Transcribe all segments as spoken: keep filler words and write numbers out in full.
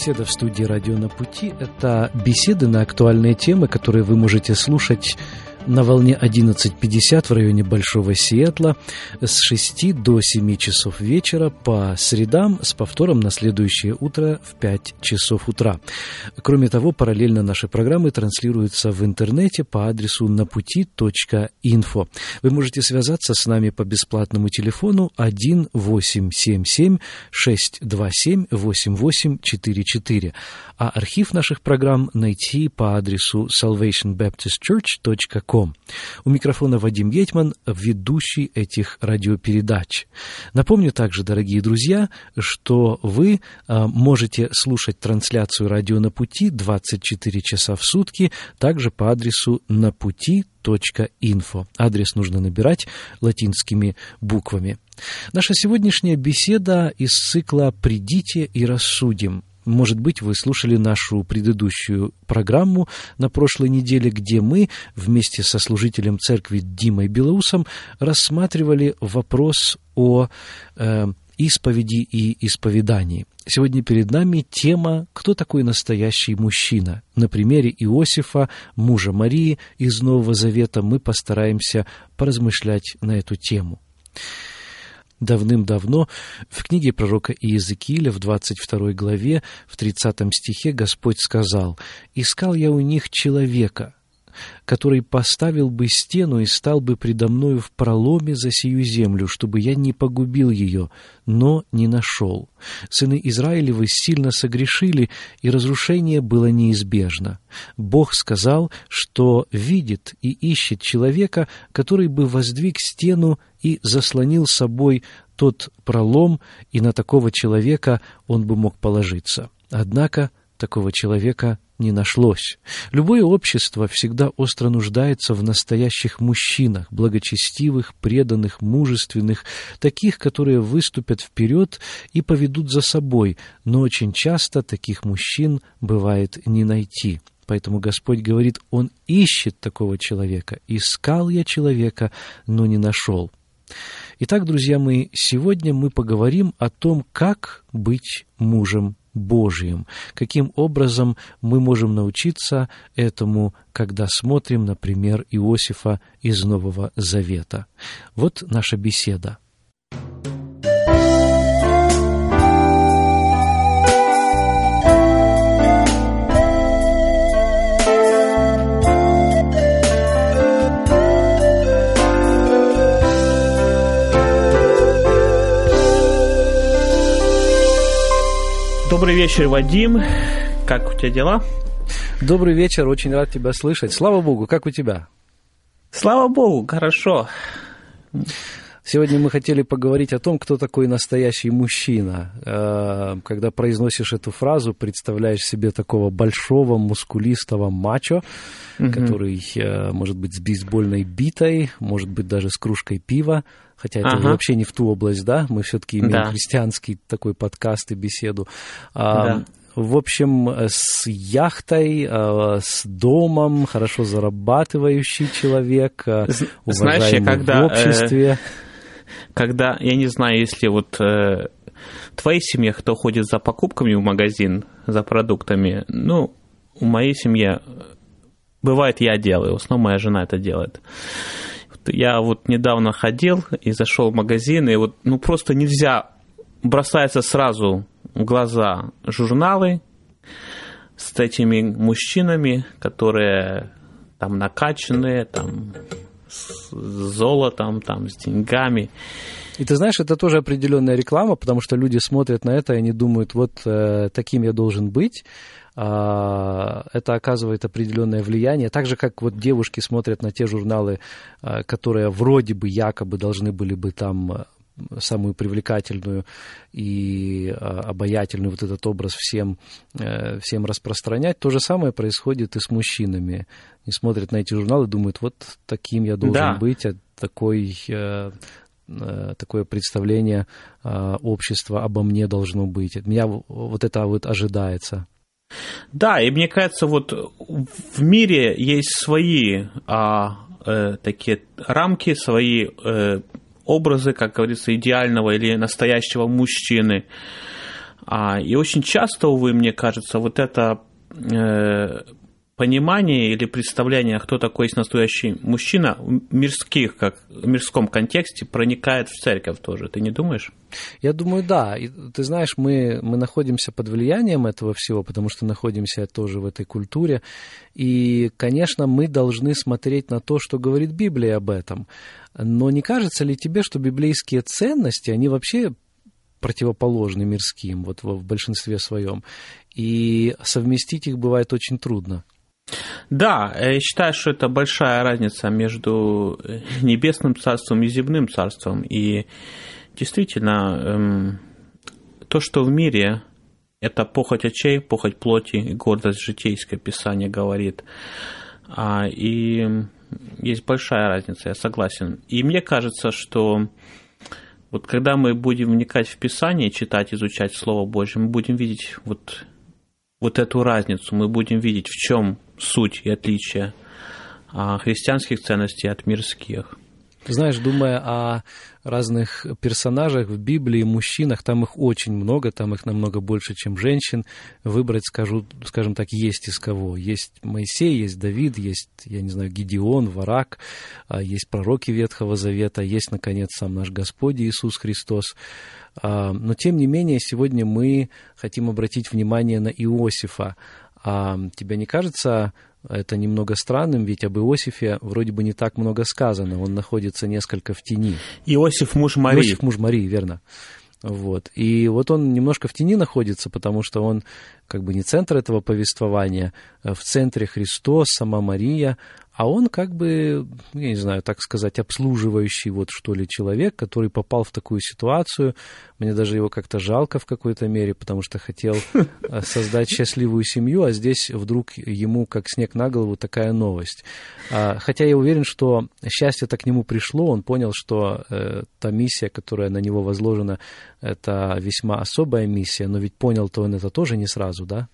Беседа в студии «Радио на пути» — это беседы на актуальные темы, которые вы можете слушать на волне одиннадцать пятьдесят в районе Большого Сиэтла с шести до семи часов вечера по средам с повтором на следующее утро в пять часов утра. Кроме того, параллельно наши программы транслируются в интернете по адресу напути точка инфо. Вы можете связаться с нами по бесплатному телефону один восемь семь семь шесть два семь восемь восемь четыре четыре, а архив наших программ найти по адресу салвейшн бэптист чёрч точка ком. У микрофона Вадим Гетман, ведущий этих радиопередач. Напомню также, дорогие друзья, что вы а, можете слушать трансляцию «Радио на пути» двадцать четыре часа в сутки, также по адресу напути точка инфо. Адрес нужно набирать латинскими буквами. Наша сегодняшняя беседа из цикла «Придите и рассудим». Может быть, вы слушали нашу предыдущую программу на прошлой неделе, где мы вместе со служителем церкви Димой Белоусом рассматривали вопрос о э, исповеди и исповедании. Сегодня перед нами тема «Кто такой настоящий мужчина?». На примере Иосифа, мужа Марии из Нового Завета, мы постараемся поразмышлять на эту тему. Давным-давно в книге пророка Иезекииля в двадцать второй главе, в тридцатом стихе Господь сказал: «Искал я у них человека, который поставил бы стену и стал бы предо мною в проломе за сию землю, чтобы я не погубил ее, но не нашел. Сыны Израилевы сильно согрешили, и разрушение было неизбежно. Бог сказал, что видит и ищет человека, который бы воздвиг стену и заслонил собой тот пролом, и на такого человека он бы мог положиться. Однако такого человека не нашлось. Любое общество всегда остро нуждается в настоящих мужчинах, благочестивых, преданных, мужественных, таких, которые выступят вперед и поведут за собой, но очень часто таких мужчин бывает не найти. Поэтому Господь говорит, Он ищет такого человека. «Искал я человека, но не нашел». Итак, друзья мои, сегодня мы поговорим о том, как быть мужем Божиим, каким образом мы можем научиться этому, когда смотрим, например, Иосифа из Нового Завета. Вот наша беседа. Добрый вечер, Вадим. Как у тебя дела? Добрый вечер, очень рад тебя слышать. Слава Богу, как у тебя? Слава Богу, хорошо. Сегодня мы хотели поговорить о том, кто такой настоящий мужчина. Когда произносишь эту фразу, представляешь себе такого большого, мускулистого мачо, угу. который может быть с бейсбольной битой, может быть даже с кружкой пива. Хотя это ага. вообще не в ту область, да? Мы все-таки имеем да. христианский такой подкаст и беседу. Да. В общем, с яхтой, с домом, хорошо зарабатывающий человек, уважаемый Знаешь, я когда, в обществе. Э, когда, я не знаю, если вот э, в твоей семье кто ходит за покупками в магазин, за продуктами, ну, в моей семье бывает я делаю, в основном моя жена это делает. Я вот недавно ходил и зашел в магазин, и вот ну просто нельзя, бросается сразу в глаза журналы с этими мужчинами, которые там накачанные, там с золотом, там с деньгами. И ты знаешь, это тоже определенная реклама, потому что люди смотрят на это, и они думают, вот э, таким я должен быть. Это оказывает определенное влияние. Так же, как вот девушки смотрят на те журналы, которые вроде бы якобы должны были бы там самую привлекательную и обаятельную вот этот образ всем, всем распространять. То же самое происходит и с мужчинами. Они смотрят на эти журналы и думают, вот таким я должен да. быть, такой... такое представление общества обо мне должно быть. От меня вот это вот ожидается. Да, и мне кажется, вот в мире есть свои а, э, такие рамки, свои э, образы, как говорится, идеального или настоящего мужчины. А, и очень часто, увы, мне кажется, вот это э, понимание или представление, кто такой есть настоящий мужчина, в мирских, как в мирском контексте проникает в церковь тоже. Ты не думаешь? Я думаю, да. И, ты знаешь, мы, мы находимся под влиянием этого всего, потому что находимся тоже в этой культуре. И, конечно, мы должны смотреть на то, что говорит Библия об этом. Но не кажется ли тебе, что библейские ценности, они вообще противоположны мирским, вот в большинстве своем, и совместить их бывает очень трудно? Да, я считаю, что это большая разница между небесным царством и земным царством. И действительно, то, что в мире, это похоть очей, похоть плоти и гордость житейская, Писание говорит. И есть большая разница, я согласен. И мне кажется, что вот когда мы будем вникать в Писание, читать, изучать Слово Божье, мы будем видеть вот, вот эту разницу, мы будем видеть, в чем суть и отличие христианских ценностей от мирских. Знаешь, думая о разных персонажах в Библии, мужчинах, там их очень много, там их намного больше, чем женщин. Выбрать, скажу, скажем так, есть из кого. Есть Моисей, есть Давид, есть, я не знаю, Гидеон, Варак, есть пророки Ветхого Завета, есть, наконец, сам наш Господь Иисус Христос. Но, тем не менее, сегодня мы хотим обратить внимание на Иосифа. А тебе не кажется это немного странным, ведь об Иосифе вроде бы не так много сказано, он находится несколько в тени. Иосиф муж Марии. Иосиф муж Марии, верно. Вот. И вот он немножко в тени находится, потому что он как бы не центр этого повествования, в центре Христос, сама Мария, а он как бы, я не знаю, так сказать, обслуживающий вот что ли человек, который попал в такую ситуацию. Мне даже его как-то жалко в какой-то мере, потому что хотел создать счастливую семью, а здесь вдруг ему как снег на голову такая новость. Хотя я уверен, что счастье-то к нему пришло, он понял, что э, та миссия, которая на него возложена, это весьма особая миссия, но ведь понял-то он это тоже не сразу, да?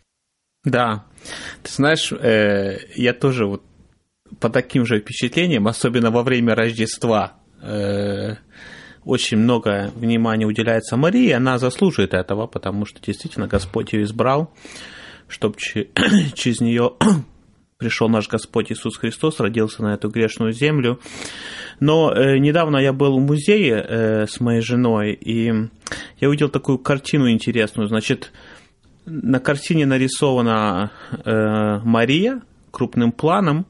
Да. Ты знаешь, э, я тоже вот по таким же впечатлениям, особенно во время Рождества, э, очень много внимания уделяется Марии, она заслуживает этого, потому что действительно Господь ее избрал, чтобы через нее пришел наш Господь Иисус Христос, родился на эту грешную землю. Но э, недавно я был в музее э, с моей женой, и я увидел такую картину интересную. Значит, на картине нарисована э, Мария крупным планом,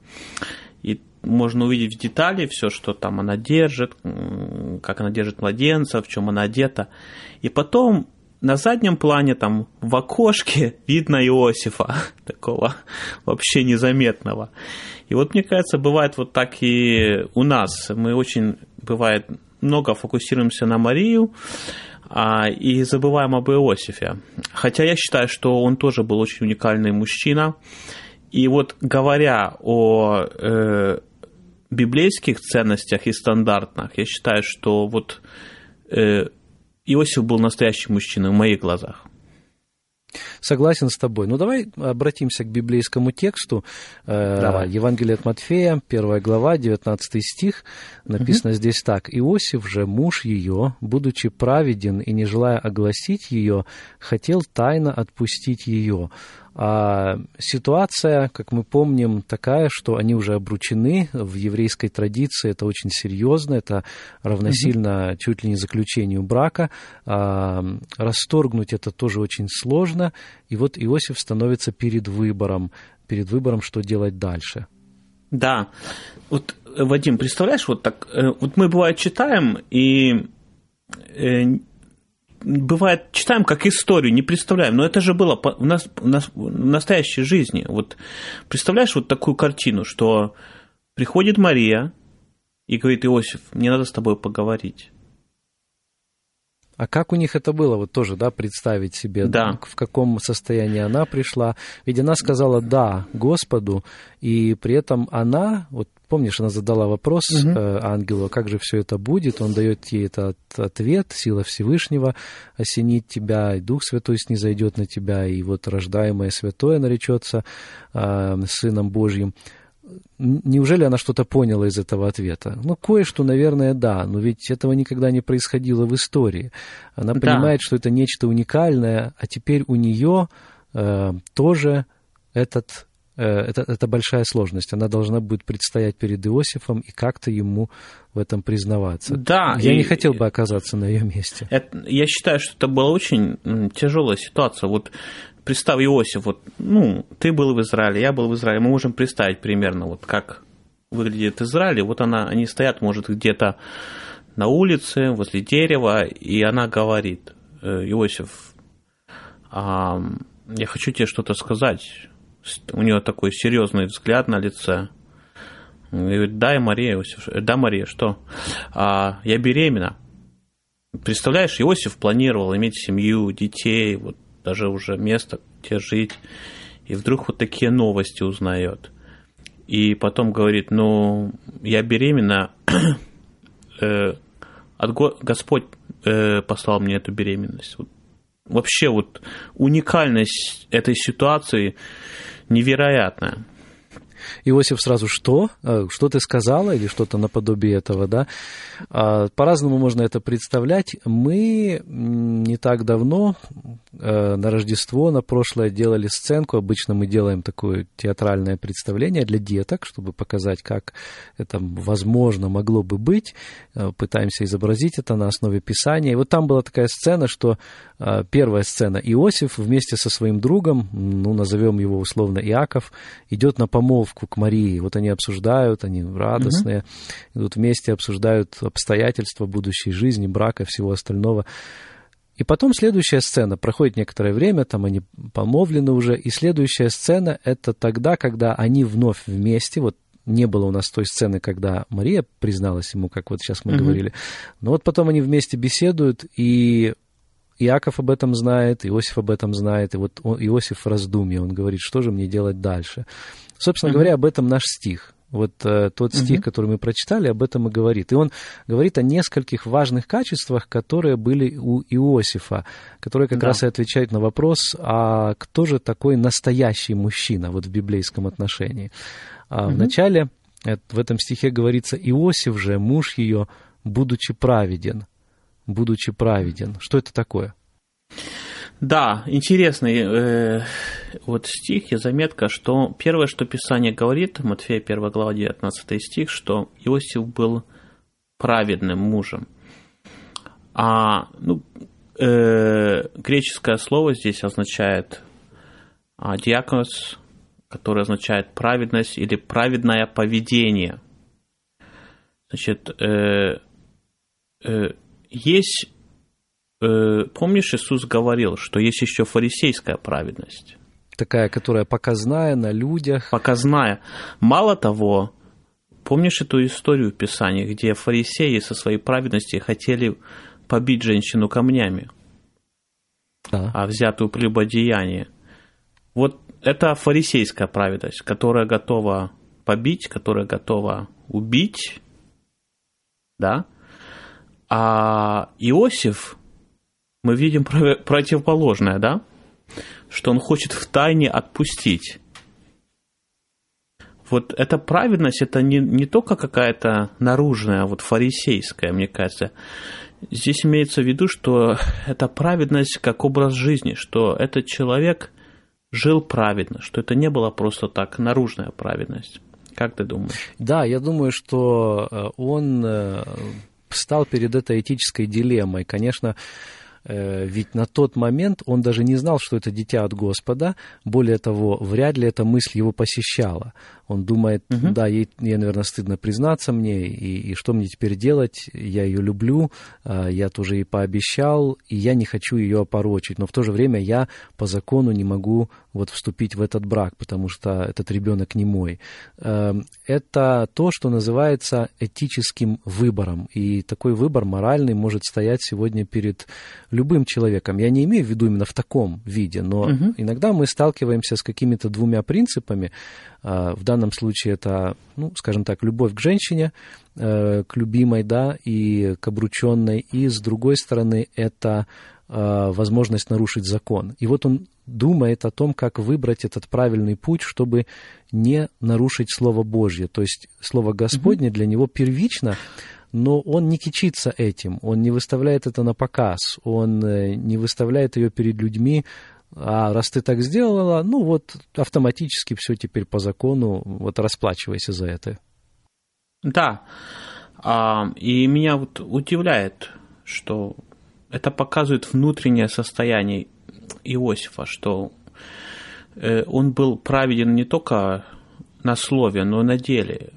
и можно увидеть в детали все, что там она держит, как она держит младенца, в чем она одета. И потом на заднем плане, там, в окошке видно Иосифа, такого вообще незаметного. И вот, мне кажется, бывает вот так и у нас. Мы очень, бывает, много фокусируемся на Марию, а, и забываем об Иосифе. Хотя я считаю, что он тоже был очень уникальный мужчина. И вот говоря о э, библейских ценностях и стандартах, я считаю, что вот э, Иосиф был настоящим мужчиной в моих глазах. Согласен с тобой. Ну, давай обратимся к библейскому тексту. Давай. Евангелие от Матфея, первая глава, девятнадцатый стих. Написано угу. здесь так. «Иосиф же, муж ее, будучи праведен и не желая огласить ее, хотел тайно отпустить ее». А ситуация, как мы помним, такая, что они уже обручены. В еврейской традиции это очень серьезно, это равносильно mm-hmm. чуть ли не заключению брака. А, расторгнуть это тоже очень сложно. И вот Иосиф становится перед выбором, перед выбором, что делать дальше. Да. Вот, Вадим, представляешь, вот так, вот мы бывает читаем и... Бывает, читаем как историю, не представляем, но это же было у нас, у нас в настоящей жизни. Вот представляешь вот такую картину, что приходит Мария и говорит: Иосиф, мне надо с тобой поговорить. А как у них это было, вот тоже, да, представить себе, да. в каком состоянии она пришла? Ведь она сказала «да» Господу, и при этом она, вот помнишь, она задала вопрос угу. э, ангелу, как же все это будет, он дает ей этот ответ, сила Всевышнего осенит тебя, и Дух Святой снизойдет на тебя, и вот рождаемое святое наречется э, Сыном Божьим. неужели она что-то поняла из этого ответа? Ну, кое-что, наверное, да, но ведь этого никогда не происходило в истории. Она да. понимает, что это нечто уникальное, а теперь у нее э, тоже этот, э, это, это большая сложность. Она должна будет предстоять перед Иосифом и как-то ему в этом признаваться. Да, Я и, не хотел бы оказаться на ее месте. Это, я считаю, что это была очень тяжелая ситуация. Вот представь, Иосиф, вот, ну, ты был в Израиле, я был в Израиле, мы можем представить примерно, вот как выглядит Израиль. Вот она, они стоят, может, где-то на улице, возле дерева, и она говорит: Иосиф, а, я хочу тебе что-то сказать. У нее такой серьезный взгляд на лице. Говорит: да, Мария, Иосиф, да, Мария, что? А, я беременна. Представляешь, Иосиф планировал иметь семью, детей, вот даже уже место, где жить, и вдруг вот такие новости узнает. И потом говорит: ну, я беременна, э, от Го- Господь э, послал мне эту беременность. Вот. Вообще вот уникальность этой ситуации невероятная. Иосиф сразу: что? Что ты сказала? Или что-то наподобие этого, да? По-разному можно это представлять. Мы не так давно, на Рождество, на прошлое, делали сценку. Обычно мы делаем такое театральное представление для деток, чтобы показать, как это, возможно, могло бы быть. Пытаемся изобразить это на основе Писания. И вот там была такая сцена, что первая сцена: Иосиф вместе со своим другом, ну, назовем его условно Иаков, идет на помолвку к Марии. Вот они обсуждают, они радостные, uh-huh. идут вместе, обсуждают обстоятельства будущей жизни, брака, всего остального. И потом следующая сцена. Проходит некоторое время, там они помолвлены уже, и следующая сцена — это тогда, когда они вновь вместе. Вот не было у нас той сцены, когда Мария призналась ему, как вот сейчас мы uh-huh. говорили. Но вот потом они вместе беседуют, и Иаков об этом знает, Иосиф об этом знает, и вот он, Иосиф в раздумье, он говорит: что же мне делать дальше? Собственно uh-huh. говоря, об этом наш стих. Вот э, тот стих, uh-huh. который мы прочитали, об этом и говорит. И он говорит о нескольких важных качествах, которые были у Иосифа, которые как да. раз и отвечают на вопрос: а кто же такой настоящий мужчина вот в библейском отношении? А uh-huh. Вначале в этом стихе говорится: Иосиф же, муж ее, будучи праведен. Будучи праведен. Что это такое? Да, интересный э, вот стих и заметка, что первое, что Писание говорит, Матфея первая глава девятнадцатый стих, что Иосиф был праведным мужем. А ну, э, греческое слово здесь означает а, диаконос, которое означает праведность или праведное поведение. Значит, э, э, есть... Помнишь, Иисус говорил, что есть еще фарисейская праведность? Такая, которая показная на людях. Показная. Мало того, помнишь эту историю в Писании, где фарисеи со своей праведностью хотели побить женщину камнями, да. а взятую прелюбодеяние? Вот это фарисейская праведность, которая готова побить, которая готова убить, да? А Иосиф... мы видим противоположное, да? Что он хочет втайне отпустить. Вот эта праведность, это не, не только какая-то наружная, вот фарисейская, мне кажется. Здесь имеется в виду, что это праведность как образ жизни, что этот человек жил праведно, что это не была просто так наружная праведность. Как ты думаешь? Да, я думаю, что он стал перед этой этической дилеммой. Конечно, ведь на тот момент он даже не знал, что это дитя от Господа. Более того, вряд ли эта мысль его посещала. Он думает: угу. да, ей, ей, наверное, стыдно признаться мне, и, и что мне теперь делать? Я ее люблю, я тоже ей пообещал, и я не хочу ее опорочить. Но в то же время я по закону не могу вот вступить в этот брак, потому что этот ребенок не мой. Это то, что называется этическим выбором. И такой выбор моральный может стоять сегодня перед любым человеком. Я не имею в виду именно в таком виде, но угу. иногда мы сталкиваемся с какими-то двумя принципами. В данном случае это, ну, скажем так, любовь к женщине, к любимой, да, и к обрученной, и с другой стороны это возможность нарушить закон. И вот он думает о том, как выбрать этот правильный путь, чтобы не нарушить Слово Божье. То есть Слово Господне mm-hmm. для него первично, но он не кичится этим, он не выставляет это на показ, он не выставляет ее перед людьми, а раз ты так сделала, ну вот автоматически все теперь по закону, вот расплачивайся за это. Да, и меня вот удивляет, что это показывает внутреннее состояние Иосифа, что он был праведен не только на слове, но и на деле.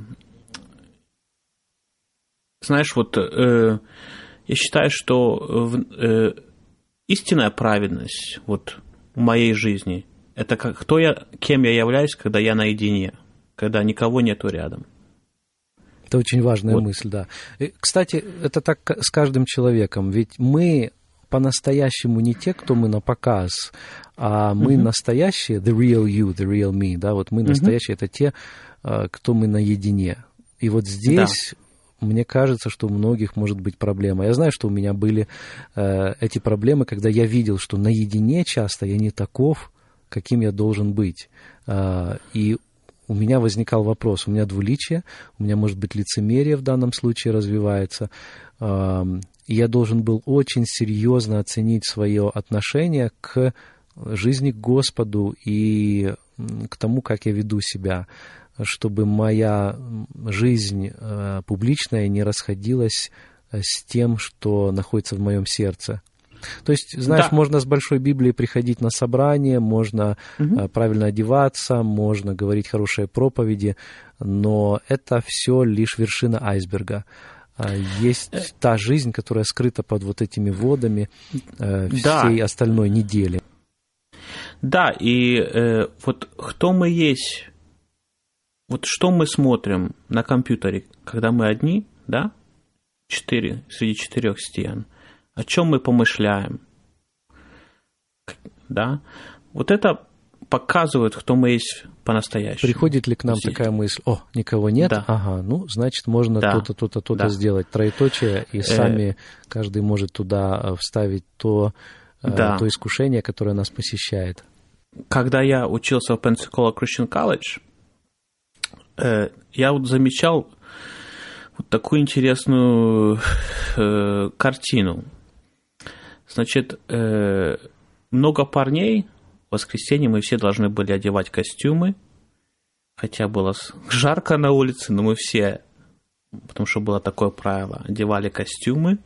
Знаешь, вот я считаю, что истинная праведность вот в моей жизни – это как, кто я, кем я являюсь, когда я наедине, когда никого нету рядом. Это очень важная вот. мысль, да. И, кстати, это так с каждым человеком, ведь мы по-настоящему не те, кто мы на показ, а мы uh-huh. настоящие, the real you, the real me, да, вот мы uh-huh. настоящие, это те, кто мы наедине. И вот здесь, да. мне кажется, что у многих может быть проблема. Я знаю, что у меня были э, эти проблемы, когда я видел, что наедине часто я не таков, каким я должен быть. Э, и у меня возникал вопрос, у меня двуличие, у меня, может быть, лицемерие в данном случае развивается, и я должен был очень серьезно оценить свое отношение к жизни к Господу и к тому, как я веду себя, чтобы моя жизнь публичная не расходилась с тем, что находится в моем сердце. То есть, знаешь, да. можно с большой Библией приходить на собрание, можно угу. правильно одеваться, можно говорить хорошие проповеди, но это все лишь вершина айсберга. Есть та жизнь, которая скрыта под вот этими водами да. всей остальной недели. Да, и э, вот кто мы есть, вот что мы смотрим на компьютере, когда мы одни, да, четыре, среди четырех стен, о чем мы помышляем, да, вот это показывает, кто мы есть по-настоящему. Приходит ли к нам здесь такая мысль, о, никого нет, да. ага, ну, значит, можно да. то-то, то-то, то-то да. сделать, троеточие, и сами, э... каждый может туда вставить то, да. то искушение, которое нас посещает. Когда я учился в Pensacola Christian College, э, я вот замечал вот такую интересную э, картину. Значит, э, много парней, в воскресенье мы все должны были одевать костюмы, хотя было жарко на улице, но мы все, потому что было такое правило, одевали костюмы,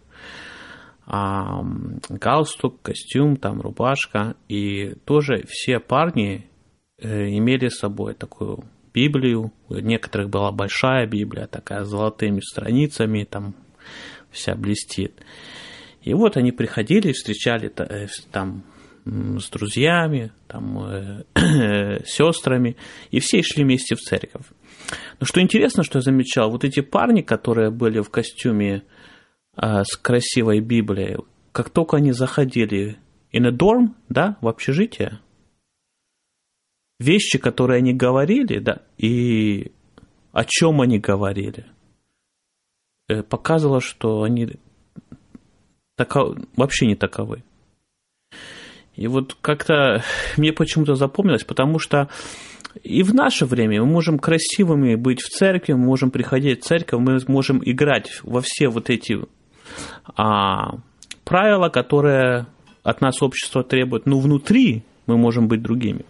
а, галстук, костюм, там рубашка, и тоже все парни э, имели с собой такую Библию, у некоторых была большая Библия, такая с золотыми страницами, там вся блестит. И вот они приходили, встречали там с друзьями, там, э, э, сестрами, и все шли вместе в церковь. Но что интересно, что я замечал, вот эти парни, которые были в костюме э, с красивой Библией, как только они заходили in a dorm, да, в общежитие, вещи, которые они говорили, да, и о чем они говорили, э, показывало, что они таков... вообще не таковы. И вот как-то мне почему-то запомнилось, потому что и в наше время мы можем красивыми быть в церкви, мы можем приходить в церковь, мы можем играть во все вот эти а, правила, которые от нас общество требует, но внутри мы можем быть другими.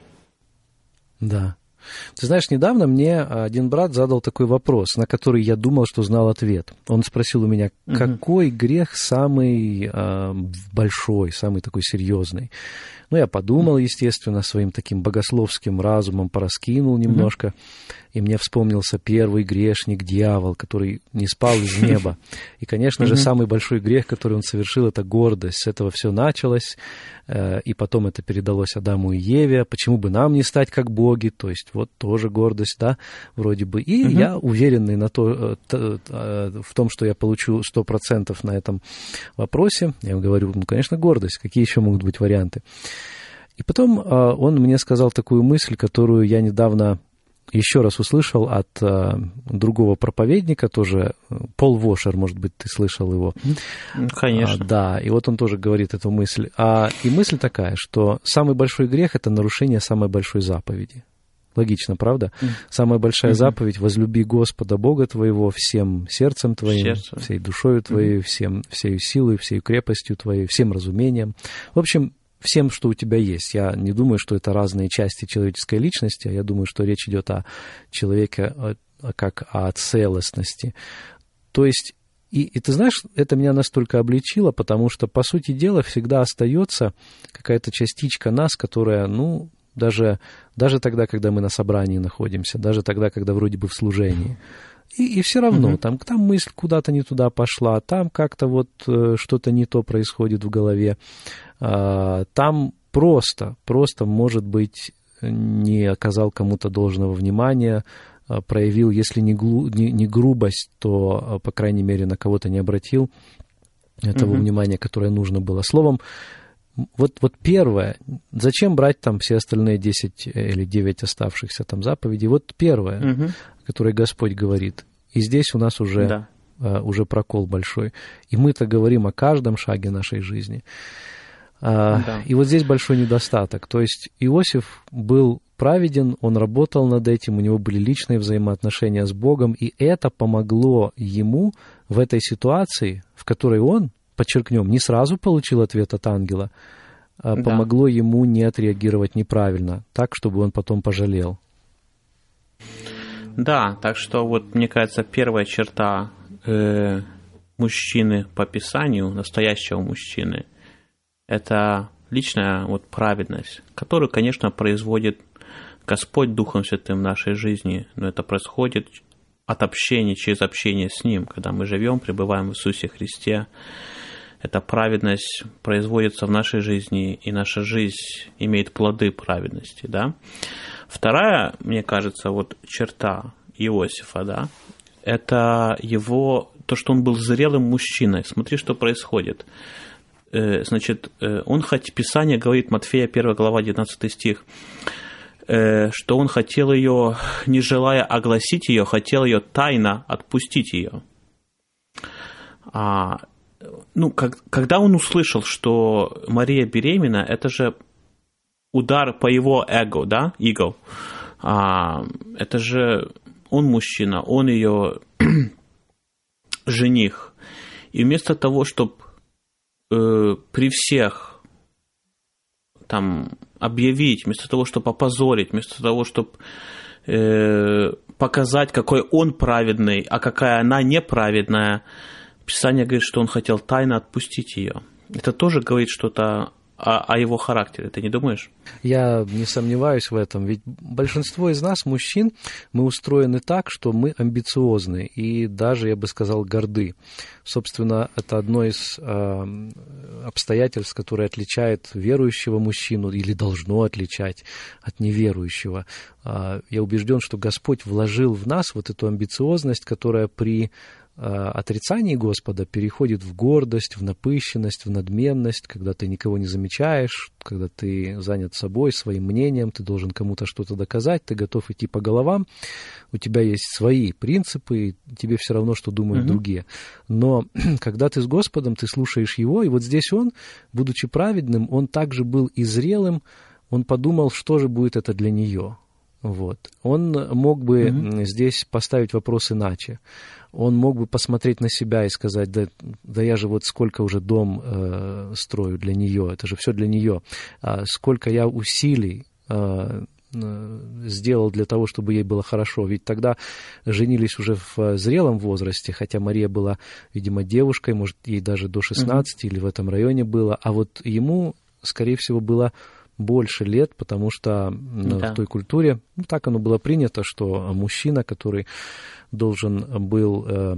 Да. Ты знаешь, недавно мне один брат задал такой вопрос, на который я думал, что знал ответ. Он спросил у меня, какой угу. грех самый э, большой, самый такой серьезный? Ну, я подумал, естественно, своим таким богословским разумом, пораскинул немножко, mm-hmm. и мне вспомнился первый грешник, дьявол, который не спал из неба. И, конечно mm-hmm. же, самый большой грех, который он совершил, это гордость. С этого все началось, и потом это передалось Адаму и Еве. Почему бы нам не стать как боги? То есть вот тоже гордость, да, вроде бы. И mm-hmm. я уверенный на то, в том, что я получу сто процентов на этом вопросе. Я ему говорю, ну, конечно, гордость. Какие еще могут быть варианты? И потом он мне сказал такую мысль, которую я недавно еще раз услышал от другого проповедника, тоже Пол Вошер, может быть, ты слышал его. Конечно. А, да, и вот он тоже говорит эту мысль. А, и мысль такая, что самый большой грех — это нарушение самой большой заповеди. Логично, правда? Mm. Самая большая mm-hmm. заповедь — возлюби Господа Бога твоего всем сердцем твоим, Сердце. всей душою твоей, mm-hmm. всем, всей силой, всей крепостью твоей, всем разумением. В общем, всем, что у тебя есть. Я не думаю, что это разные части человеческой личности, а я думаю, что речь идет о человеке как о целостности. То есть, и, и ты знаешь, это меня настолько обличило, потому что, по сути дела, всегда остается какая-то частичка нас, которая, ну, даже, даже тогда, когда мы на собрании находимся, даже тогда, когда вроде бы в служении. И, и все равно, mm-hmm. там, там мысль куда-то не туда пошла, там как-то вот э, что-то не то происходит в голове. Э, там просто, просто, может быть, не оказал кому-то должного внимания, э, проявил, если не, глу, не, не грубость, то, э, по крайней мере, на кого-то не обратил этого mm-hmm. внимания, которое нужно было. Словом, вот, вот первое, зачем брать там все остальные десять или девять оставшихся там заповедей? Вот первое, угу. о которой Господь говорит. И здесь у нас уже, да. uh, уже прокол большой. И мы-то говорим о каждом шаге нашей жизни. Uh, да. И вот здесь большой недостаток. То есть Иосиф был праведен, он работал над этим, у него были личные взаимоотношения с Богом, и это помогло ему в этой ситуации, в которой он, подчеркнем, не сразу получил ответ от ангела, а да. помогло ему не отреагировать неправильно, так, чтобы он потом пожалел. Да, так что вот, мне кажется, первая черта э, мужчины по Писанию, настоящего мужчины, это личная вот праведность, которую, конечно, производит Господь Духом Святым в нашей жизни, но это происходит от общения, через общение с Ним, когда мы живем, пребываем в Иисусе Христе. Эта праведность производится в нашей жизни, и наша жизнь имеет плоды праведности, да. Вторая, мне кажется, вот черта Иосифа, да, это его, то, что он был зрелым мужчиной. Смотри, что происходит. Значит, он, хоть Писание говорит, Матфея первая глава, девятнадцатый стих, что он хотел ее, не желая огласить ее, хотел ее тайно отпустить ее. А Ну, как, когда он услышал, что Мария беременна, это же удар по его эго, да, эго. А, это же он мужчина, он ее жених. И вместо того, чтобы э, при всех там объявить, вместо того, чтобы опозорить, вместо того, чтобы э, показать, какой он праведный, а какая она неправедная, Писание говорит, что он хотел тайно отпустить ее. Это тоже говорит что-то о, о его характере, ты не думаешь? Я не сомневаюсь в этом, ведь большинство из нас, мужчин, мы устроены так, что мы амбициозны и даже, я бы сказал, горды. Собственно, это одно из э, обстоятельств, которое отличает верующего мужчину или должно отличать от неверующего. Э, я убежден, что Господь вложил в нас вот эту амбициозность, которая при отрицании Господа переходит в гордость, в напыщенность, в надменность, когда ты никого не замечаешь, когда ты занят собой, своим мнением, ты должен кому-то что-то доказать, ты готов идти по головам, у тебя есть свои принципы, и тебе все равно, что думают mm-hmm. другие. Но когда ты с Господом, ты слушаешь Его, и вот здесь Он, будучи праведным, Он также был и зрелым, Он подумал, что же будет это для нее. Вот. Он мог бы mm-hmm. здесь поставить вопрос иначе. Он мог бы посмотреть на себя и сказать, да, да я же вот сколько уже дом э, строю для нее, это же все для нее. А сколько я усилий э, сделал для того, чтобы ей было хорошо. Ведь тогда женились уже в зрелом возрасте, хотя Мария была, видимо, девушкой, может, ей даже до шестнадцати mm-hmm. или в этом районе было, а вот ему, скорее всего, было больше лет, потому что да. в той культуре ну, так оно было принято, что мужчина, который должен был э,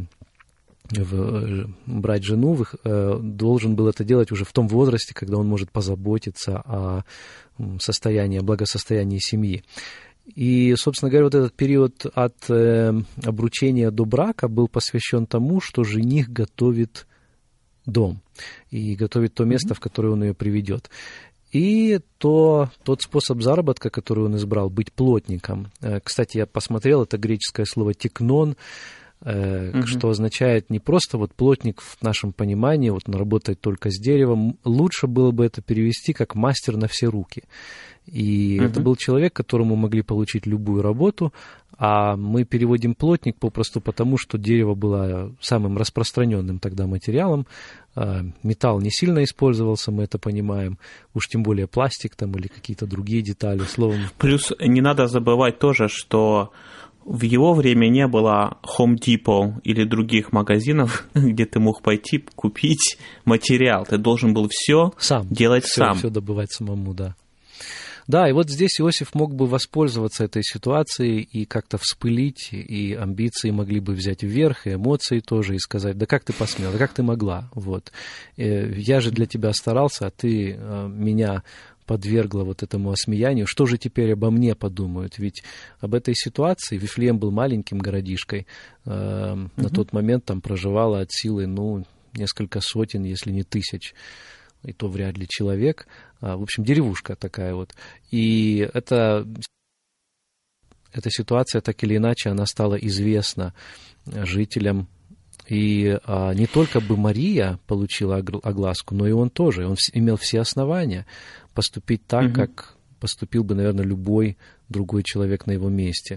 в, брать жену, э, должен был это делать уже в том возрасте, когда он может позаботиться о состоянии, о благосостоянии семьи. И, собственно говоря, вот этот период от э, обручения до брака был посвящен тому, что жених готовит дом и готовит то место, mm-hmm. в которое он ее приведет. И то, тот способ заработка, который он избрал, быть плотником. Э, кстати, я посмотрел, это греческое слово «текнон», э, mm-hmm. что означает не просто вот плотник в нашем понимании, вот он работает только с деревом. Лучше было бы это перевести как «мастер на все руки». И uh-huh. это был человек, которому могли получить любую работу, а мы переводим плотник попросту потому, что дерево было самым распространенным тогда материалом, металл не сильно использовался, мы это понимаем, уж тем более пластик там или какие-то другие детали, словом. Плюс не надо забывать тоже, что в его время не было Home Depot или других магазинов, где ты мог пойти купить материал, ты должен был все сам делать все, сам. Все добывать самому, да. Да, и вот здесь Иосиф мог бы воспользоваться этой ситуацией и как-то вспылить, и амбиции могли бы взять вверх, и эмоции тоже, и сказать, да как ты посмела, да как ты могла, вот. Я же для тебя старался, а ты меня подвергла вот этому осмеянию, что же теперь обо мне подумают, ведь об этой ситуации Вифлеем был маленьким городишкой, mm-hmm. на тот момент там проживало от силы, ну, несколько сотен, если не тысяч, и то вряд ли человек, в общем, деревушка такая вот. И это, эта ситуация, так или иначе, она стала известна жителям. И а, не только бы Мария получила огласку, но и он тоже. Он имел все основания поступить так, угу. как поступил бы, наверное, любой другой человек на его месте.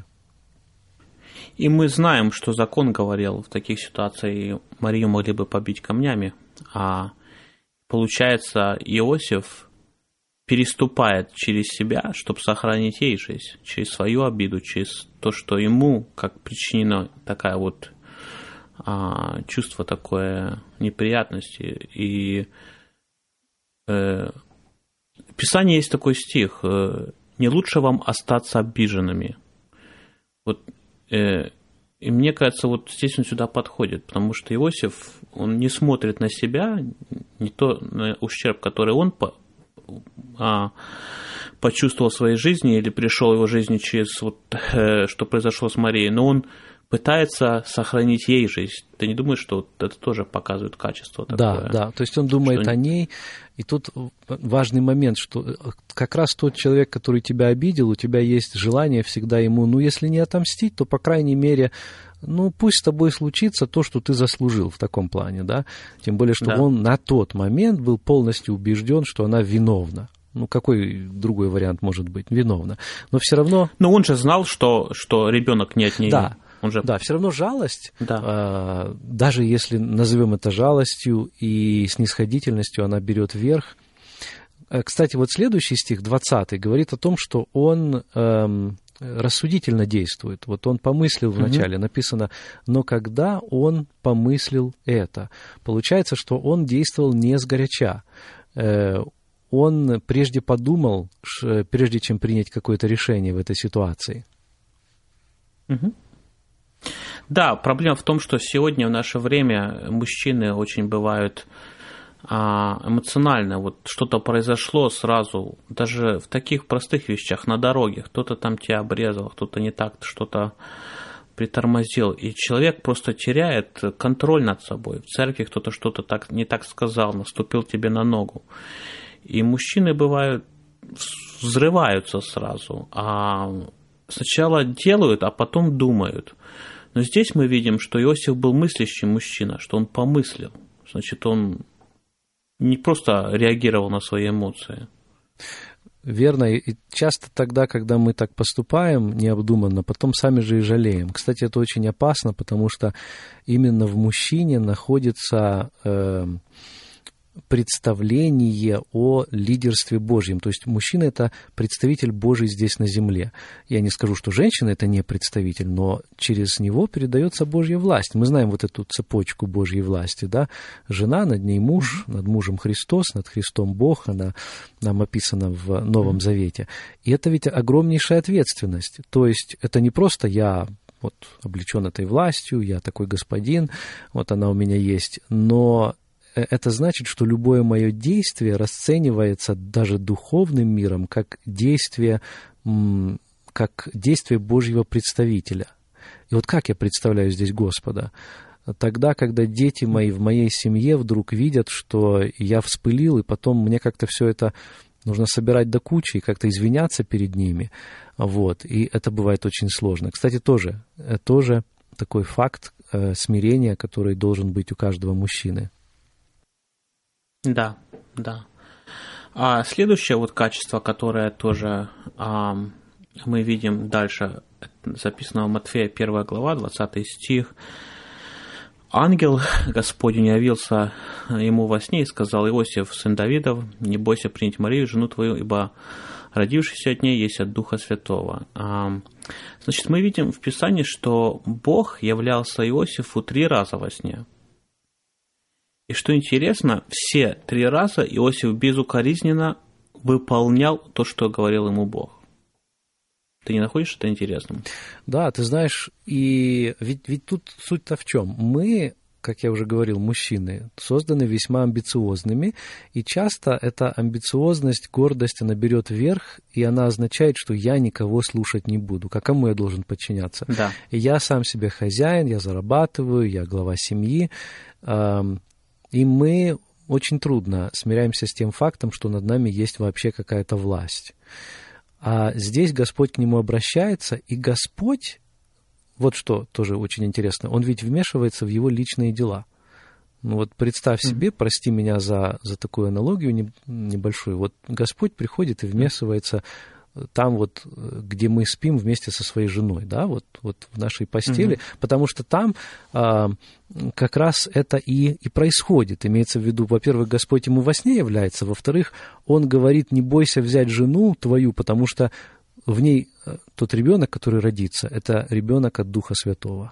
И мы знаем, что закон говорил, в таких ситуациях Марию могли бы побить камнями, а получается, Иосиф переступает через себя, чтобы сохранить ей жизнь, через свою обиду, через то, что ему, как причинено такая вот а, чувство такое неприятности. И э, в Писании есть такой стих: «Не лучше вам остаться обиженными». Вот, э, и мне кажется, вот здесь он сюда подходит, потому что Иосиф, он не смотрит на себя, не то на ущерб, который он по, а, почувствовал в своей жизни или пришел в его жизни через вот, э, что произошло с Марией, но он пытается сохранить ей жизнь. Ты не думаешь, что вот это тоже показывает качество такое? Да, да, то есть он думает что... о ней, и тут важный момент, что как раз тот человек, который тебя обидел, у тебя есть желание всегда ему, ну, если не отомстить, то, по крайней мере, ну, пусть с тобой случится то, что ты заслужил в таком плане, да, тем более, что да. он на тот момент был полностью убежден, что она виновна. Ну, какой другой вариант может быть? Виновна. Но все равно... Но он же знал, что, что ребенок не от нее. Да. Он же... Да, все равно жалость, да. э, даже если назовем это жалостью и снисходительностью, она берет верх. Кстати, вот следующий стих, двадцатый, говорит о том, что он э, рассудительно действует. Вот он помыслил вначале, угу. написано, но когда он помыслил это, получается, что он действовал не сгоряча. Э, он прежде подумал, прежде чем принять какое-то решение в этой ситуации. Угу. Да, проблема в том, что сегодня в наше время мужчины очень бывают эмоционально. Вот что-то произошло сразу, даже в таких простых вещах, на дороге. Кто-то там тебя обрезал, кто-то не так, что-то притормозил. И человек просто теряет контроль над собой. В церкви кто-то что-то так, не так сказал, наступил тебе на ногу. И мужчины бывают, взрываются сразу. А сначала делают, а потом думают. Но здесь мы видим, что Иосиф был мыслящий мужчина, что он помыслил. Значит, он не просто реагировал на свои эмоции. Верно. И часто тогда, когда мы так поступаем необдуманно, потом сами же и жалеем. Кстати, это очень опасно, потому что именно в мужчине находится э, представление о лидерстве Божьем. То есть мужчина – это представитель Божий здесь на земле. Я не скажу, что женщина – это не представитель, но через него передается Божья власть. Мы знаем вот эту цепочку Божьей власти, да? Жена, над ней муж, над мужем Христос, над Христом Бог, она нам описана в Новом Завете. И это ведь огромнейшая ответственность. То есть это не просто я вот облечен этой властью, я такой господин, вот она у меня есть, но это значит, что любое мое действие расценивается даже духовным миром как действие, как действие Божьего представителя. И вот как я представляю здесь Господа? Тогда, когда дети мои в моей семье вдруг видят, что я вспылил, и потом мне как-то все это нужно собирать до кучи и как-то извиняться перед ними. Вот. И это бывает очень сложно. Кстати, тоже, тоже такой факт смирения, который должен быть у каждого мужчины. Да, да. А следующее вот качество, которое тоже а, мы видим дальше, записано в Матфея первая глава, двадцатый стих. Ангел Господень явился ему во сне и сказал: Иосиф, сын Давидов, не бойся принять Марию, жену твою, ибо родившийся от ней есть от Духа Святого. А, значит, мы видим в Писании, что Бог являлся Иосифу три раза во сне. И что интересно, все три раза Иосиф безукоризненно выполнял то, что говорил ему Бог. Ты не находишь это интересным? Да, ты знаешь, и ведь, ведь тут суть-то в чем? Мы, как я уже говорил, мужчины, созданы весьма амбициозными, и часто эта амбициозность, гордость, она берет верх, и она означает, что я никого слушать не буду. А кому я должен подчиняться? Да. И я сам себе хозяин, я зарабатываю, я глава семьи, и мы очень трудно смиряемся с тем фактом, что над нами есть вообще какая-то власть. А здесь Господь к нему обращается, и Господь, вот что тоже очень интересно, Он ведь вмешивается в его личные дела. Ну вот представь себе, прости меня за, за такую аналогию небольшую, вот Господь приходит и вмешивается там вот, где мы спим вместе со своей женой, да, вот, вот в нашей постели, mm-hmm. потому что там а, как раз это и, и происходит. Имеется в виду, во-первых, Господь ему во сне является, во-вторых, Он говорит: не бойся взять жену твою, потому что в ней тот ребенок, который родится, это ребенок от Духа Святого.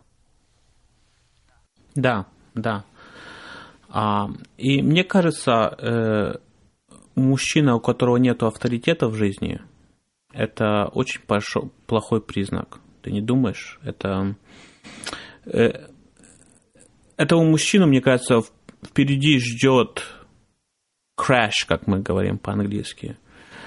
Да, да. А, и мне кажется, э, мужчина, у которого нет авторитета в жизни, это очень большой, плохой признак. Ты не думаешь? Это, э, этого мужчину, мне кажется, впереди ждет crash, как мы говорим по-английски.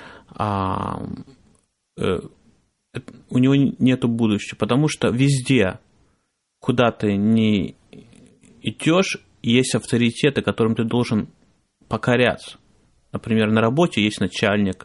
А, э, у него нету будущего, потому что везде, куда ты не идешь, есть авторитеты, которым ты должен покоряться. Например, на работе есть начальник,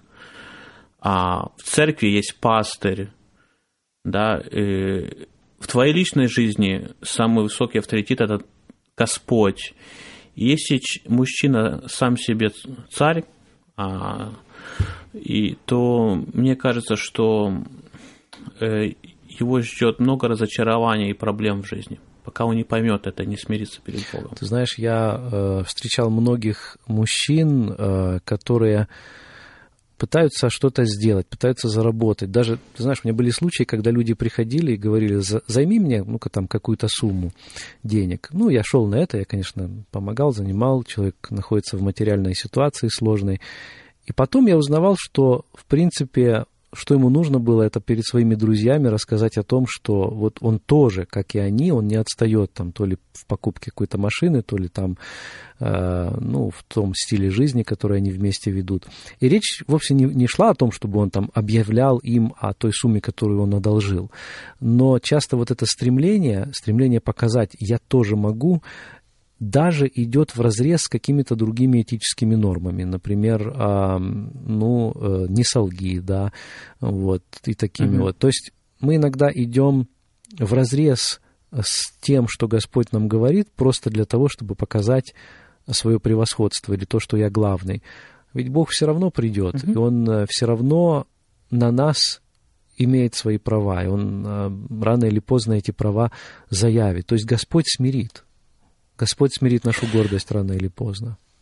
а в церкви есть пастырь, да, и в твоей личной жизни самый высокий авторитет – это Господь. И если мужчина сам себе царь, а, и, то мне кажется, что э, его ждет много разочарований и проблем в жизни, пока он не поймет это, не смирится перед Богом. Ты знаешь, я э, встречал многих мужчин, э, которые пытаются что-то сделать, пытаются заработать. Даже, ты знаешь, у меня были случаи, когда люди приходили и говорили: займи мне, ну-ка, там, какую-то сумму денег. Ну, я шел на это, я, конечно, помогал, занимал. Человек находится в материальной ситуации сложной. И потом я узнавал, что, в принципе, что ему нужно было, это перед своими друзьями рассказать о том, что вот он тоже, как и они, он не отстает там то ли в покупке какой-то машины, то ли там, э, ну, в том стиле жизни, который они вместе ведут. И речь вовсе не, не шла о том, чтобы он там объявлял им о той сумме, которую он одолжил. Но часто вот это стремление, стремление показать «я тоже могу», даже идет вразрез с какими-то другими этическими нормами. Например, э, ну, э, не солги, да, вот, и такими mm-hmm. вот. То есть мы иногда идем вразрез с тем, что Господь нам говорит, просто для того, чтобы показать свое превосходство или то, что я главный. Ведь Бог все равно придет, mm-hmm. и Он все равно на нас имеет свои права, и Он э, рано или поздно эти права заявит. То есть Господь смирит. Господь смирит нашу гордость рано или поздно.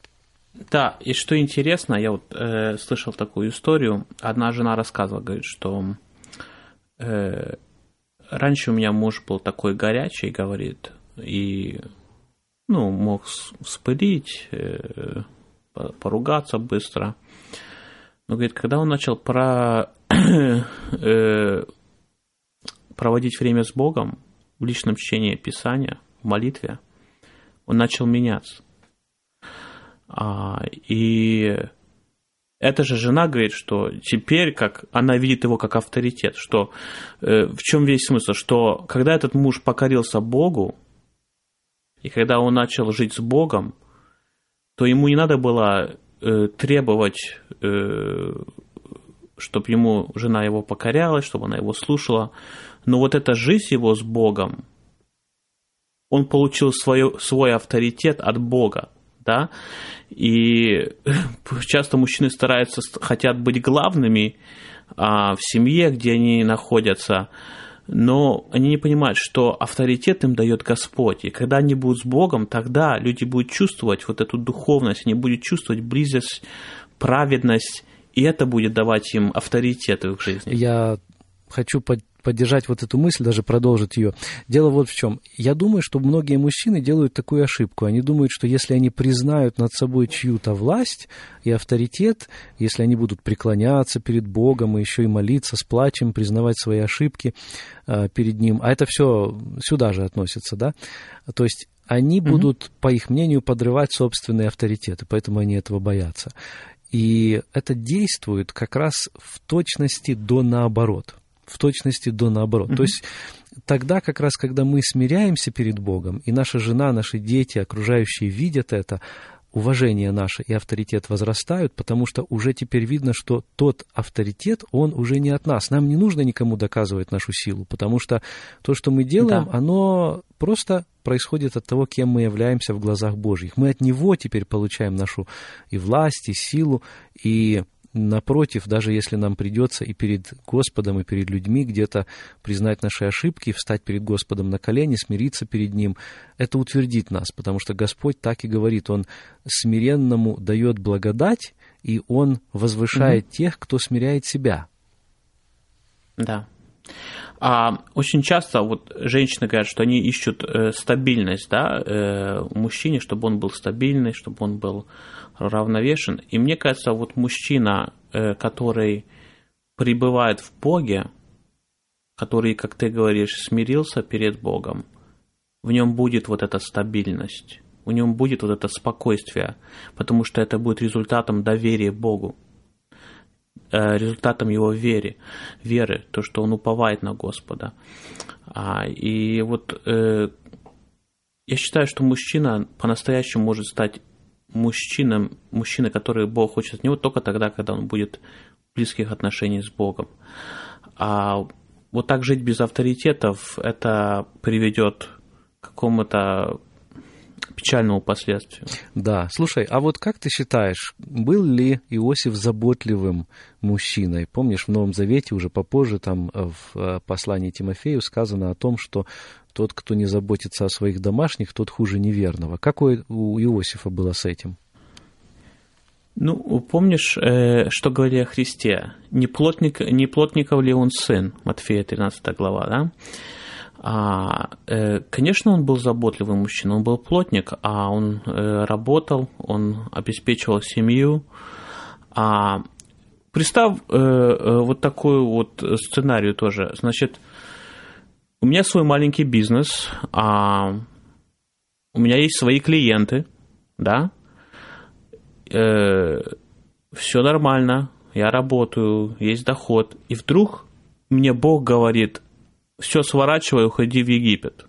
Да, и что интересно, я вот э, слышал такую историю. Одна жена рассказывала, говорит, что э, раньше у меня муж был такой горячий, говорит, и ну, мог вспылить, э, поругаться быстро. Но, говорит, когда он начал про, э, проводить время с Богом в личном чтении Писания, в молитве, он начал меняться. А, и эта же жена говорит, что теперь как она видит его как авторитет, что э, в чем весь смысл, что когда этот муж покорился Богу, и когда он начал жить с Богом, то ему не надо было э, требовать, э, чтобы ему жена его покорялась, чтобы она его слушала. Но вот эта жизнь его с Богом, он получил свой, свой авторитет от Бога. Да? И часто мужчины стараются, хотят быть главными а, в семье, где они находятся, но они не понимают, что авторитет им дает Господь. И когда они будут с Богом, тогда люди будут чувствовать вот эту духовность, они будут чувствовать близость, праведность, и это будет давать им авторитет в их жизни. Я хочу под поддержать вот эту мысль, даже продолжить ее. Дело вот в чем. Я думаю, что многие мужчины делают такую ошибку. Они думают, что если они признают над собой чью-то власть и авторитет, если они будут преклоняться перед Богом и еще и молиться с плачем, признавать свои ошибки э, перед Ним, а это все сюда же относится, да? То есть они угу. будут, по их мнению, подрывать собственные авторитеты, поэтому они этого боятся. И это действует как раз в точности до наоборот. В точности до наоборот. Mm-hmm. То есть тогда как раз, когда мы смиряемся перед Богом, и наша жена, наши дети, окружающие видят это, уважение наше и авторитет возрастают, потому что уже теперь видно, что тот авторитет, он уже не от нас. Нам не нужно никому доказывать нашу силу, потому что то, что мы делаем, да. оно просто происходит от того, кем мы являемся в глазах Божьих. Мы от Него теперь получаем нашу и власть, и силу, и напротив, даже если нам придется и перед Господом, и перед людьми где-то признать наши ошибки, встать перед Господом на колени, смириться перед Ним, это утвердит нас, потому что Господь так и говорит, Он смиренному дает благодать, и Он возвышает угу. тех, кто смиряет себя. Да. А очень часто вот женщины говорят, что они ищут э, стабильность, да, э, в мужчине, чтобы он был стабильный, чтобы он был равновешен. И мне кажется, вот мужчина, э, который пребывает в Боге, который, как ты говоришь, смирился перед Богом, в нем будет вот эта стабильность, в нем будет вот это спокойствие, потому что это будет результатом доверия Богу, результатом его веры, веры, то, что он уповает на Господа. А, и вот э, я считаю, что мужчина по-настоящему может стать мужчиной, мужчиной, который Бог хочет от него, только тогда, когда он будет в близких отношениях с Богом. А вот так жить без авторитетов, это приведет к какому-то печальному последствию. Да, слушай, а вот как ты считаешь, был ли Иосиф заботливым мужчиной? Помнишь, в Новом Завете уже попозже, там в послании Тимофею сказано о том, что тот, кто не заботится о своих домашних, тот хуже неверного. Как у Иосифа было с этим? Ну, помнишь, что говорили о Христе? Не, плотник, не плотников ли он сын? Матфея тринадцатая глава, да? А, э, конечно, он был заботливым мужчиной, он был плотник, а он э, работал, он обеспечивал семью. А, представь э, э, вот такой вот сценарий тоже. Значит, у меня свой маленький бизнес, а у меня есть свои клиенты, да, э, все нормально, я работаю, есть доход, и вдруг мне Бог говорит: все, сворачивай, уходи в Египет.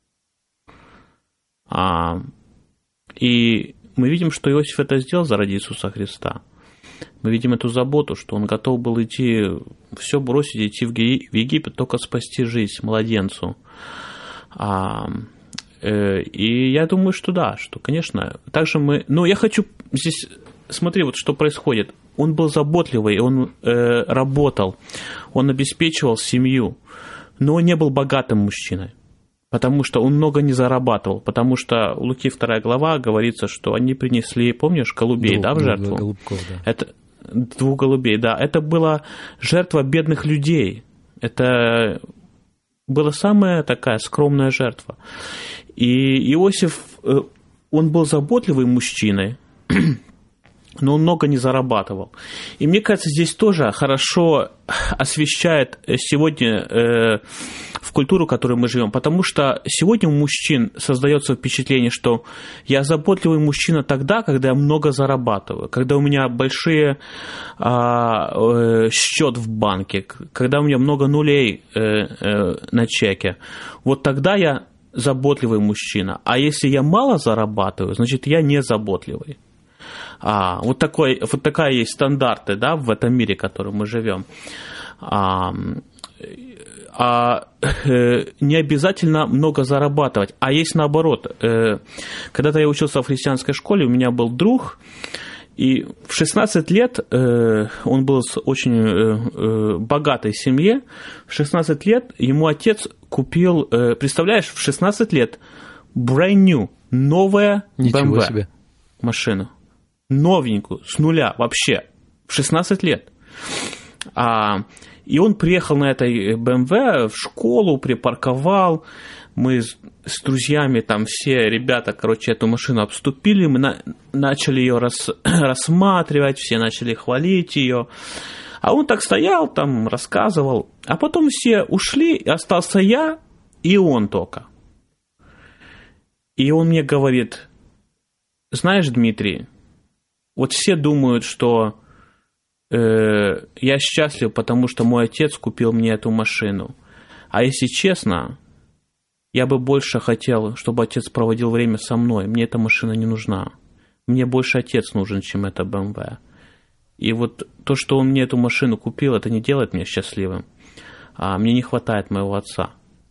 А, и мы видим, что Иосиф это сделал заради Иисуса Христа. Мы видим эту заботу, что он готов был идти, все бросить, идти в Египет, только спасти жизнь младенцу. А, э, и я думаю, что да, что, конечно, также мы... Но я хочу здесь... Смотри, вот что происходит. Он был заботливый, он э, работал, он обеспечивал семью. Но он не был богатым мужчиной. потому что он много не зарабатывал, потому что у Луки вторая глава говорится, что они принесли, помнишь, голубей, Двух, да, в жертву? Голубков, да. Это, двух голубей, да. Это была жертва бедных людей. Это была самая такая скромная жертва. И Иосиф, он был заботливый мужчиной, но он много не зарабатывал. И мне кажется, здесь тоже хорошо освещает сегодня э, в культуру, в которой мы живем, потому что сегодня у мужчин создается впечатление, что я заботливый мужчина тогда, когда я много зарабатываю, когда у меня большие э, э, счет в банке, когда у меня много нулей э, э, на чеке. Вот тогда я заботливый мужчина. А если я мало зарабатываю, значит, я не заботливый. А, вот, такой, вот такая есть стандарты, да, в этом мире, в котором мы живем. А, а, э, не обязательно много зарабатывать, а есть наоборот. Э, когда-то я учился в христианской школе, у меня был друг, и в шестнадцать лет э, он был с очень э, э, богатой семье. В шестнадцать лет ему отец купил, э, представляешь, в шестнадцать лет brand new, новая бэ эм вэ машину. Новенькую, с нуля вообще, в шестнадцать лет. А, и он приехал на этой бэ эм вэ в школу, припарковал. Мы с, с друзьями, там все ребята, короче, эту машину обступили. Мы на, начали ее рас, рассматривать, все начали хвалить ее. А он так стоял, там рассказывал. А потом все ушли, и остался я и он только. И он мне говорит: знаешь, Дмитрий, вот все думают, что э, я счастлив, потому что мой отец купил мне эту машину. А если честно, я бы больше хотел, чтобы отец проводил время со мной. Мне эта машина не нужна. Мне больше отец нужен, чем эта бэ эм вэ. И вот то, что он мне эту машину купил, это не делает меня счастливым. А мне не хватает моего отца.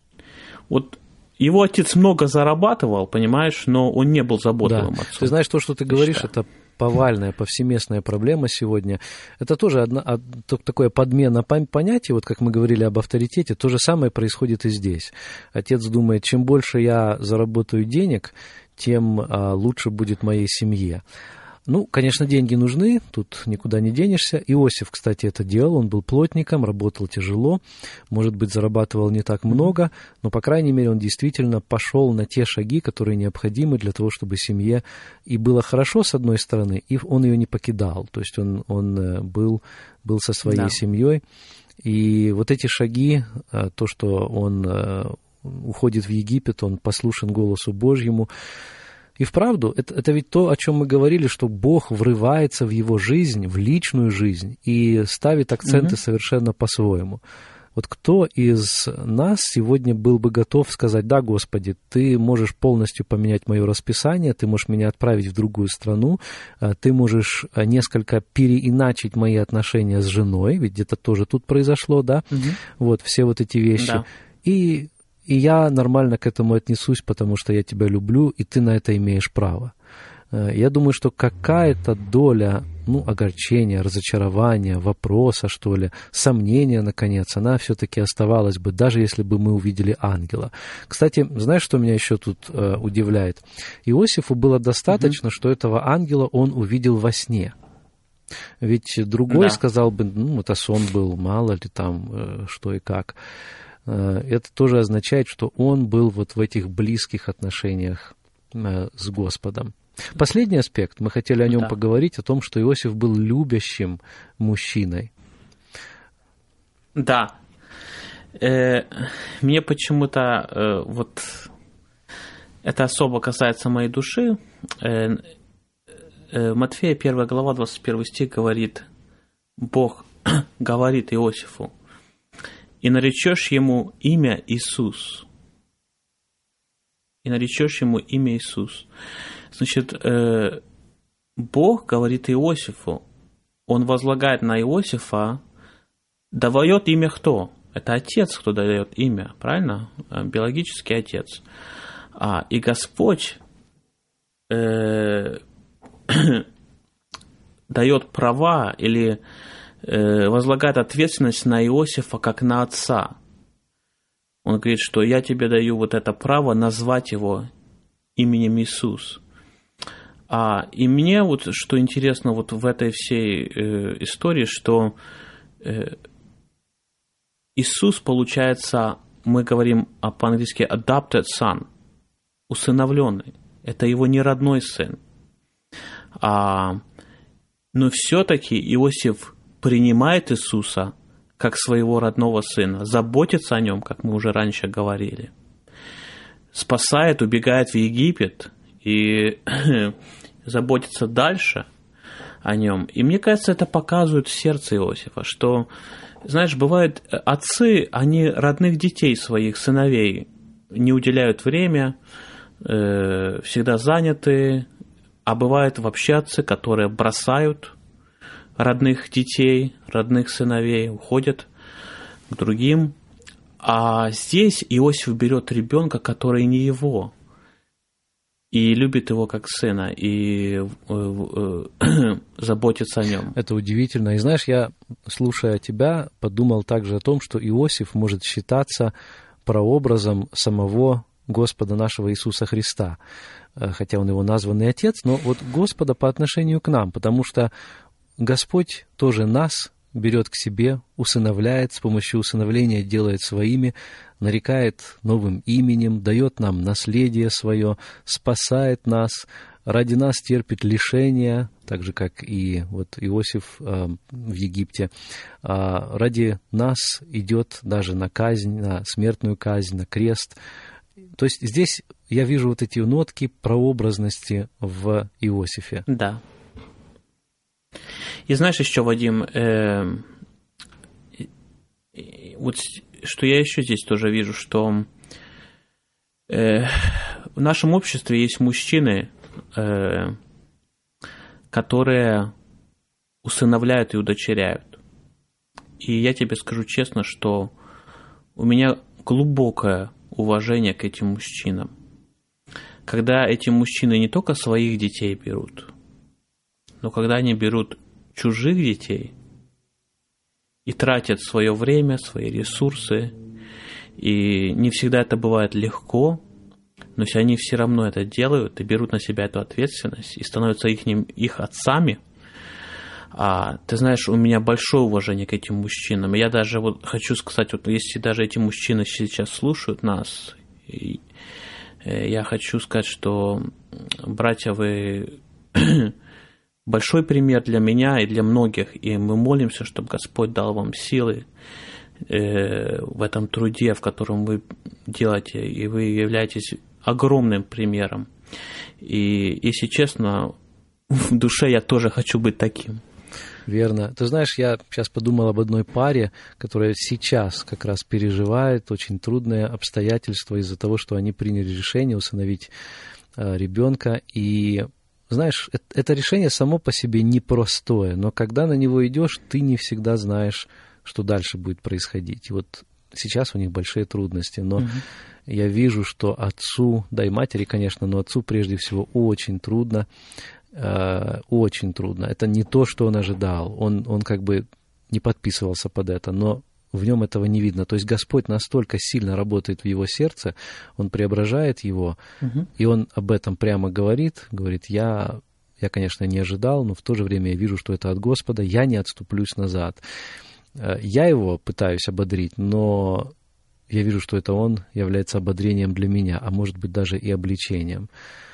Вот его отец много зарабатывал, понимаешь, но он не был заботливым да. отцом. Ты знаешь, то, что ты говоришь, это повальная, повсеместная проблема сегодня. Это тоже одна, такое подмена понятий, вот как мы говорили об авторитете, то же самое происходит и здесь. Отец думает, чем больше я заработаю денег, тем а, лучше будет моей семье. Ну, конечно, деньги нужны, тут никуда не денешься. Иосиф, кстати, это делал, он был плотником, работал тяжело, может быть, зарабатывал не так много, но, по крайней мере, он действительно пошел на те шаги, которые необходимы для того, чтобы семье и было хорошо, с одной стороны, и он ее не покидал, то есть он, он был, был со своей да. семьей. И вот эти шаги, то, что он уходит в Египет, он послушен голосу Божьему, и вправду, это, это ведь то, о чем мы говорили, что Бог врывается в его жизнь, в личную жизнь, и ставит акценты mm-hmm. совершенно по-своему. Вот кто из нас сегодня был бы готов сказать: да, Господи, Ты можешь полностью поменять мое расписание, Ты можешь меня отправить в другую страну, Ты можешь несколько переиначить мои отношения с женой, ведь это тоже тут произошло, да, mm-hmm. вот все вот эти вещи. Да. И... И я нормально к этому отнесусь, потому что я тебя люблю, и ты на это имеешь право. Я думаю, что какая-то доля, ну, огорчения, разочарования, вопроса, что ли, сомнения, наконец, она все-таки оставалась бы, даже если бы мы увидели ангела. Кстати, знаешь, что меня еще тут э, удивляет? Иосифу было достаточно, mm-hmm. что этого ангела он увидел во сне. Ведь другой да. сказал бы: ну, это сон был, мало ли там, э, что и как. Это тоже означает, что он был вот в этих близких отношениях с Господом. Последний аспект, мы хотели о нем да. поговорить, о том, что Иосиф был любящим мужчиной. Да. Э, мне почему-то э, вот это особо касается моей души. Э, э, Матфея первая глава, двадцать первый стих говорит, Бог говорит Иосифу: и наречешь ему имя Иисус. И наречешь ему имя Иисус. Значит, э, Бог говорит Иосифу, Он возлагает на Иосифа, дает имя кто? Это отец, кто дает имя, правильно? Биологический отец. А, и Господь э, дает права или возлагает ответственность на Иосифа как на отца. Он говорит, что я тебе даю вот это право назвать его именем Иисус. А, и мне вот что интересно вот в этой всей э, истории, что э, Иисус, получается, мы говорим а по-английски adopted son, усыновленный. Это его не родной сын. А, но все-таки Иосиф принимает Иисуса как своего родного сына, заботится о нем, как мы уже раньше говорили, спасает, убегает в Египет и заботится дальше о нем. И мне кажется, это показывает сердце Иосифа, что, знаешь, бывают отцы, они родных детей своих, сыновей, не уделяют время, э, всегда заняты, а бывают вообще отцы, которые бросают родных детей, родных сыновей, уходят к другим. А здесь Иосиф берет ребенка, который не его, и любит его как сына, и э, э, заботится о нем. Это удивительно. И знаешь, я, слушая тебя, подумал также о том, что Иосиф может считаться прообразом самого Господа нашего Иисуса Христа, хотя он его названный Отец, но вот Господа по отношению к нам, потому что Господь тоже нас берет к себе, усыновляет, с помощью усыновления делает своими, нарекает новым именем, дает нам наследие свое, спасает нас, ради нас терпит лишения, так же, как и вот Иосиф э, в Египте. А ради нас идет даже на казнь, на смертную казнь, на крест. То есть здесь я вижу вот эти нотки прообразности в Иосифе. Да. И знаешь еще, Вадим, э, вот что я еще здесь тоже вижу, что э, в нашем обществе есть мужчины, э, которые усыновляют и удочеряют. И я тебе скажу честно, что у меня глубокое уважение к этим мужчинам. Когда эти мужчины не только своих детей берут, но когда они берут чужих детей и тратят свое время, свои ресурсы, и не всегда это бывает легко, но если они все равно это делают и берут на себя эту ответственность и становятся их, их отцами, а, ты знаешь, у меня большое уважение к этим мужчинам. И я даже вот хочу сказать, вот если даже эти мужчины сейчас слушают нас, и, э, я хочу сказать, что, братья, вы большой пример для меня и для многих, и мы молимся, чтобы Господь дал вам силы э, в этом труде, в котором вы делаете, и вы являетесь огромным примером. И, если честно, в душе я тоже хочу быть таким. Верно. Ты знаешь, я сейчас подумал об одной паре, которая сейчас как раз переживает очень трудные обстоятельства из-за того, что они приняли решение усыновить э, ребенка. И знаешь, это решение само по себе непростое, но когда на него идешь, ты не всегда знаешь, что дальше будет происходить. И вот сейчас у них большие трудности, но угу. я вижу, что отцу, да и матери, конечно, но отцу прежде всего очень трудно, э, очень трудно. Это не то, что он ожидал, он, он как бы не подписывался под это, но в нем этого не видно. То есть Господь настолько сильно работает в его сердце, Он преображает его, угу. и Он об этом прямо говорит, говорит, я, я, конечно, не ожидал, но в то же время я вижу, что это от Господа, я не отступлюсь назад. Я его пытаюсь ободрить, но я вижу, что это Он является ободрением для меня, а может быть даже и обличением.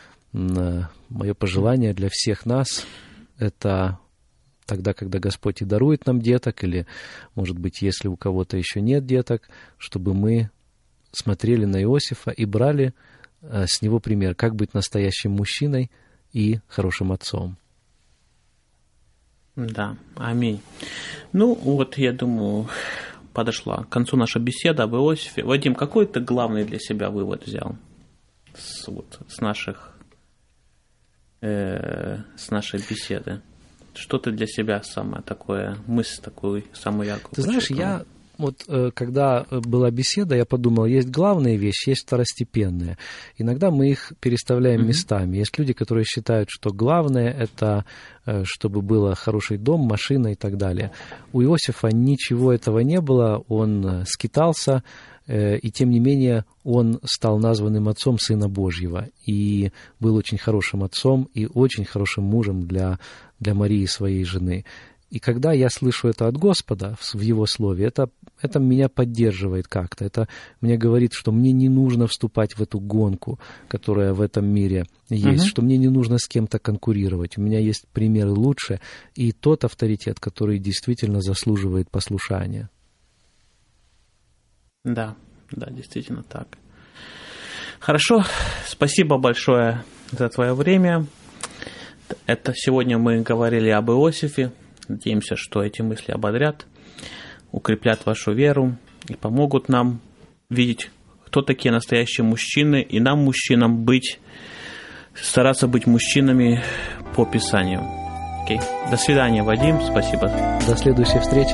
Мое пожелание для всех нас — это тогда, когда Господь и дарует нам деток, или, может быть, если у кого-то еще нет деток, чтобы мы смотрели на Иосифа и брали с него пример, как быть настоящим мужчиной и хорошим отцом. Да, аминь. Ну, вот, я думаю, подошла к концу наша беседа об Иосифе. Вадим, какой ты главный для себя вывод взял с, вот, с, наших, э, с нашей беседы? Что ты для себя самое такое, мысль такую, самую яркую? Ты знаешь, я вот когда была беседа, я подумал, есть главные вещи, есть второстепенные. Иногда мы их переставляем mm-hmm. местами. Есть люди, которые считают, что главное — это чтобы был хороший дом, машина и так далее. У Иосифа ничего этого не было, он скитался, И тем не менее он стал названным отцом Сына Божьего и был очень хорошим отцом и очень хорошим мужем для, для Марии, своей жены. И когда я слышу это от Господа в Его Слове, это, это меня поддерживает как-то. Это мне говорит, что мне не нужно вступать в эту гонку, которая в этом мире есть, uh-huh. что мне не нужно с кем-то конкурировать. У меня есть примеры лучше и тот авторитет, который действительно заслуживает послушания. Да, да, действительно так. Хорошо, спасибо большое за твое время. Это сегодня мы говорили об Иосифе. Надеемся, что эти мысли ободрят, укрепят вашу веру и помогут нам видеть, кто такие настоящие мужчины, и нам, мужчинам, быть, стараться быть мужчинами по Писанию. Окей. До свидания, Вадим. Спасибо. До следующей встречи.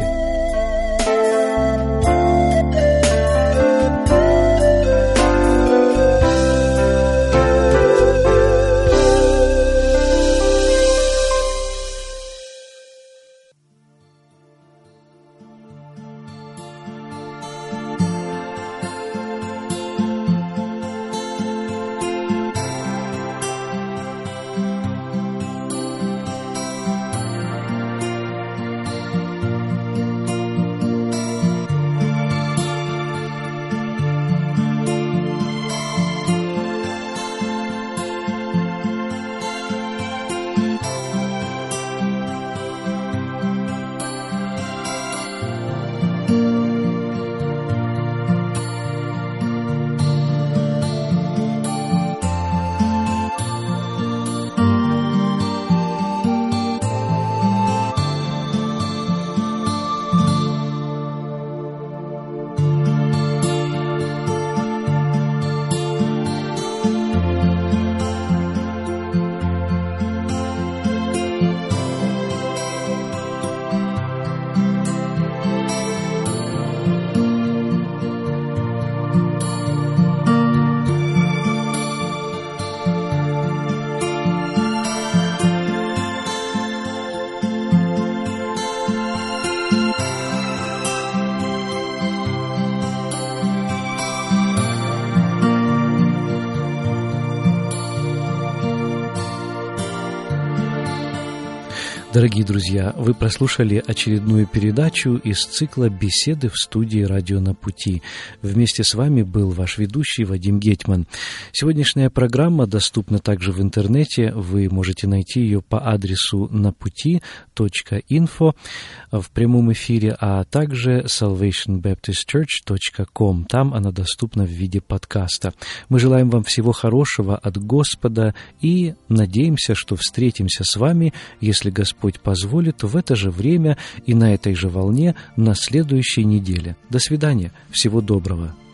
Дорогие друзья, вы прослушали очередную передачу из цикла «Беседы в студии «Радио на пути». Вместе с вами был ваш ведущий Вадим Гетман. Сегодняшняя программа доступна также в интернете. Вы можете найти ее по адресу напути точка инфо в прямом эфире, а также салвейшн бэптист чёрч точка ком. Там она доступна в виде подкаста. Мы желаем вам всего хорошего от Господа и надеемся, что встретимся с вами, если Господь позволит, в это же время и на этой же волне на следующей неделе. До свидания. Всего доброго.